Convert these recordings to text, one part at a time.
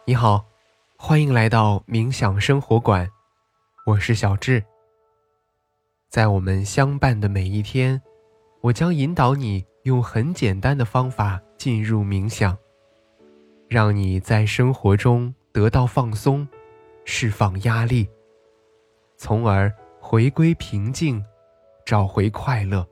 你好，欢迎来到冥想生活馆，我是小智。在我们相伴的每一天，我将引导你用很简单的方法进入冥想，让你在生活中得到放松，释放压力，从而回归平静，找回快乐。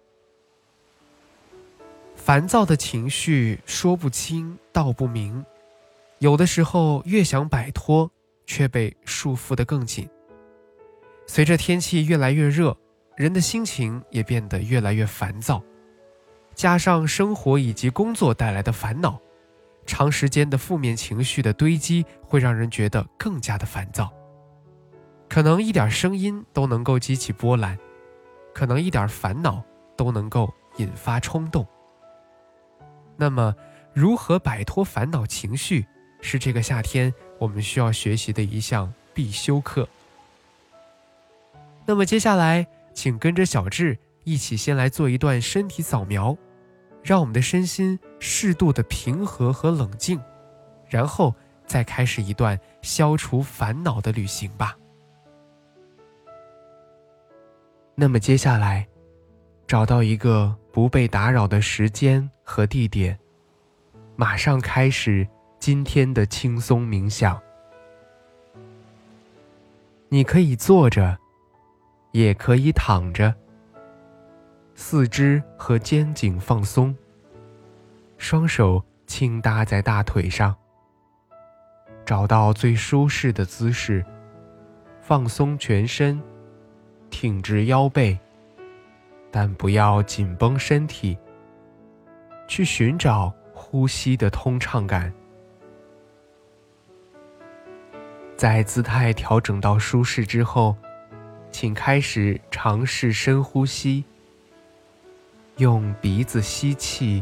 烦躁的情绪说不清道不明，有的时候越想摆脱，却被束缚得更紧。随着天气越来越热，人的心情也变得越来越烦躁，加上生活以及工作带来的烦恼，长时间的负面情绪的堆积会让人觉得更加的烦躁。可能一点声音都能够激起波澜，可能一点烦恼都能够引发冲动。那么，如何摆脱烦恼情绪，是这个夏天我们需要学习的一项必修课。那么接下来，请跟着小智一起先来做一段身体扫描，让我们的身心适度的平和和冷静，然后再开始一段消除烦恼的旅行吧。那么接下来，找到一个不被打扰的时间和地点，马上开始今天的轻松冥想。你可以坐着，也可以躺着，四肢和肩颈放松，双手轻搭在大腿上，找到最舒适的姿势，放松全身，挺直腰背，但不要紧绷身体，去寻找呼吸的通畅感。在姿态调整到舒适之后，请开始尝试深呼吸，用鼻子吸气，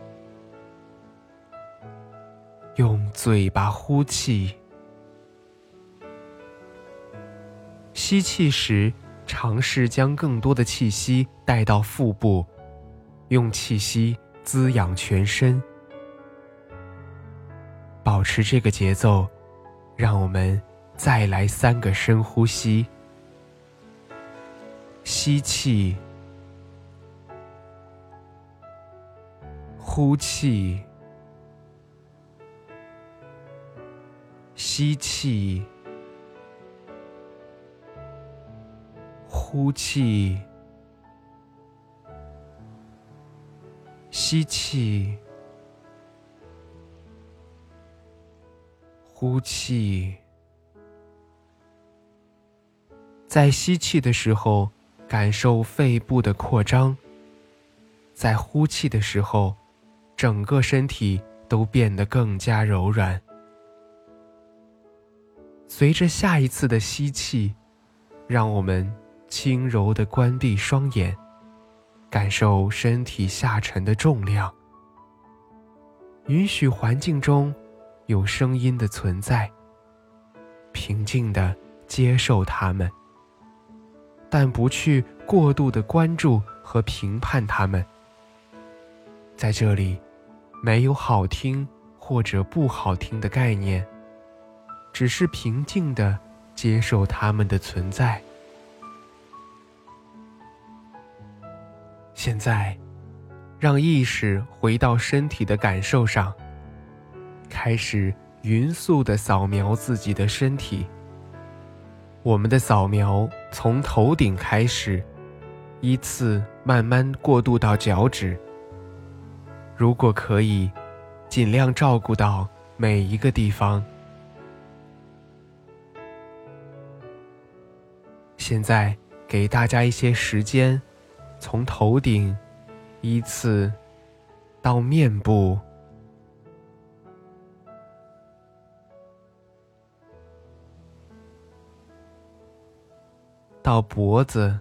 用嘴巴呼气。吸气时，尝试将更多的气息带到腹部，用气息滋养全身。保持这个节奏，让我们再来3个深呼吸。吸气，呼气，吸气，呼气，吸气，呼气。在吸气的时候，感受肺部的扩张；在呼气的时候，整个身体都变得更加柔软。随着下一次的吸气，让我们轻柔地关闭双眼，感受身体下沉的重量，允许环境中有声音的存在，平静地接受它们，但不去过度的关注和评判它们。在这里，没有好听或者不好听的概念，只是平静地接受它们的存在。现在，让意识回到身体的感受上，开始匀速地扫描自己的身体。我们的扫描从头顶开始，依次慢慢过渡到脚趾。如果可以，尽量照顾到每一个地方。现在给大家一些时间，从头顶依次到面部，到脖子，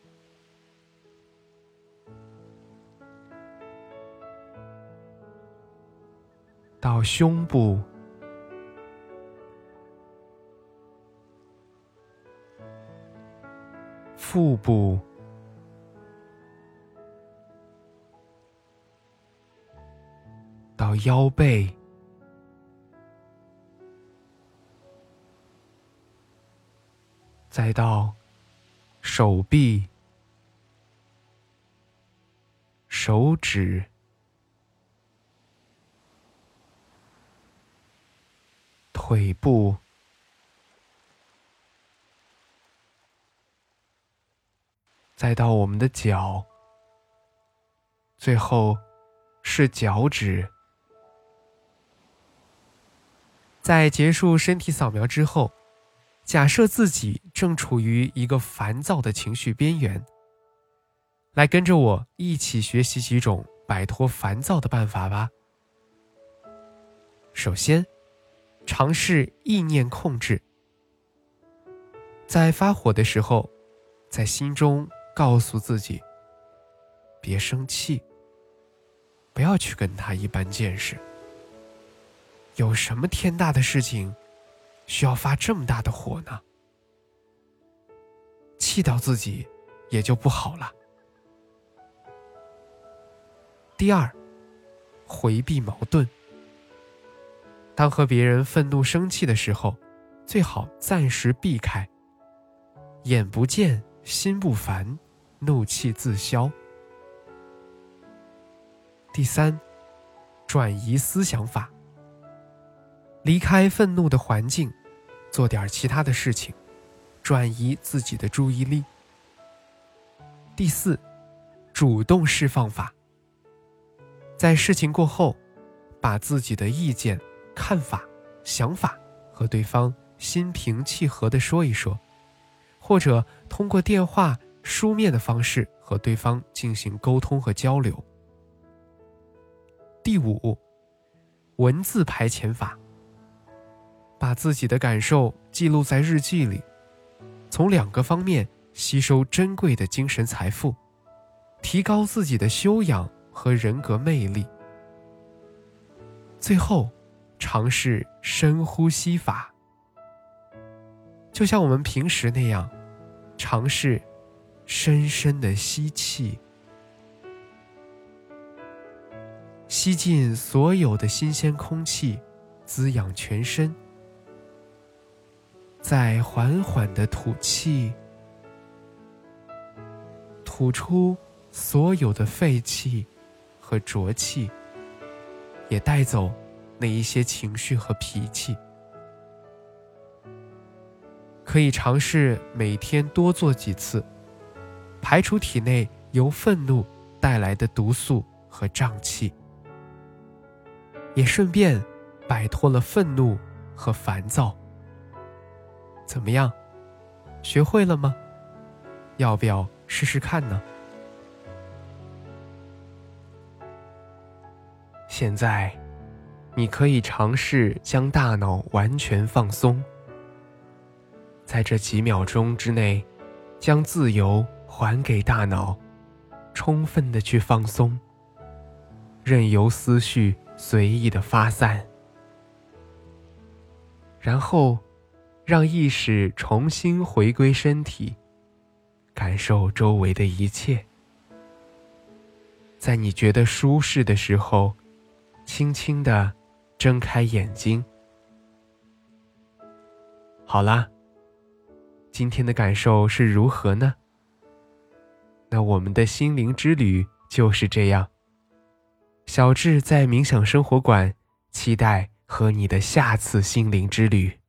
到胸部，腹部，到腰背， 再到手臂、手指、腿部、再到我们的脚，最后是脚趾。在结束身体扫描之后，假设自己正处于一个烦躁的情绪边缘，来跟着我一起学习几种摆脱烦躁的办法吧。首先，尝试意念控制。在发火的时候，在心中告诉自己，别生气，不要去跟他一般见识。有什么天大的事情需要发这么大的火呢？气到自己也就不好了。第二，回避矛盾。当和别人愤怒生气的时候，最好暂时避开，眼不见心不烦，怒气自消。第三，转移思想法。离开愤怒的环境，做点其他的事情，转移自己的注意力。第四，主动释放法。在事情过后，把自己的意见、看法、想法和对方心平气和地说一说，或者通过电话、书面的方式和对方进行沟通和交流。第五，文字排遣法。把自己的感受记录在日记里，从2个方面吸收珍贵的精神财富，提高自己的修养和人格魅力。最后，尝试深呼吸法。就像我们平时那样，尝试深深的吸气，吸进所有的新鲜空气，滋养全身。再缓缓地吐气，吐出所有的废气和浊气，也带走那一些情绪和脾气。可以尝试每天多做几次，排除体内由愤怒带来的毒素和胀气，也顺便摆脱了愤怒和烦躁。怎么样？学会了吗？要不要试试看呢？现在，你可以尝试将大脑完全放松，在这几秒钟之内，将自由还给大脑，充分地去放松，任由思绪随意地发散，然后让意识重新回归身体，感受周围的一切。在你觉得舒适的时候，轻轻地睁开眼睛。好啦，今天的感受是如何呢？那我们的心灵之旅就是这样。小智在冥想生活馆，期待和你的下次心灵之旅。